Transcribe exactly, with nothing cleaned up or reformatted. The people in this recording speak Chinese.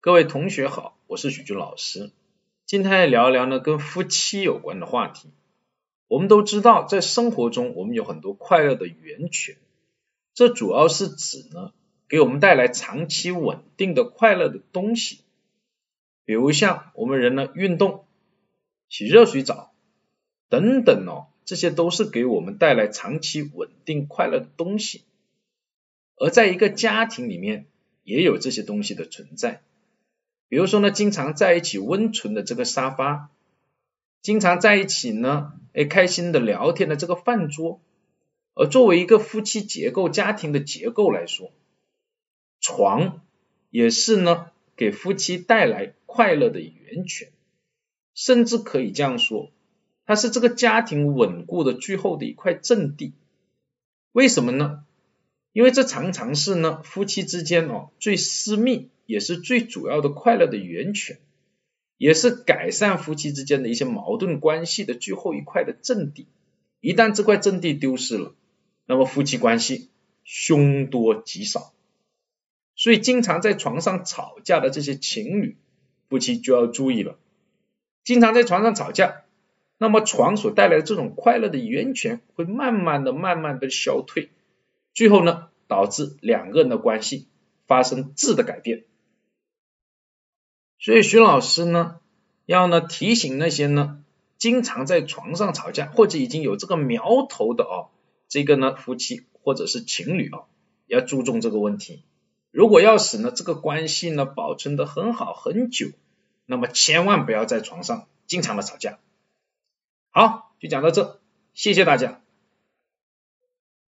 各位同学好，我是许军老师。今天来聊一聊呢跟夫妻有关的话题。我们都知道，在生活中我们有很多快乐的源泉，这主要是指呢给我们带来长期稳定的快乐的东西。比如像我们人呢运动、洗热水澡等等哦，这些都是给我们带来长期稳定快乐的东西。而在一个家庭里面也有这些东西的存在。比如说呢，经常在一起温存的这个沙发，经常在一起呢，哎，开心的聊天的这个饭桌。而作为一个夫妻结构、家庭的结构来说，床也是呢，给夫妻带来快乐的源泉，甚至可以这样说，它是这个家庭稳固的最后的一块阵地。为什么呢？因为这常常是呢，夫妻之间哦最私密也是最主要的快乐的源泉，也是改善夫妻之间的一些矛盾关系的最后一块的阵地。一旦这块阵地丢失了，那么夫妻关系凶多吉少。所以经常在床上吵架的这些情侣，夫妻就要注意了。经常在床上吵架，那么床所带来的这种快乐的源泉会慢慢的、慢慢的消退，最后呢，导致两个人的关系发生质的改变。所以徐老师呢，要呢提醒那些呢经常在床上吵架或者已经有这个苗头的哦，这个呢夫妻或者是情侣哦，要注重这个问题。如果要使呢这个关系呢保存得很好很久，那么千万不要在床上经常的吵架。好，就讲到这，谢谢大家。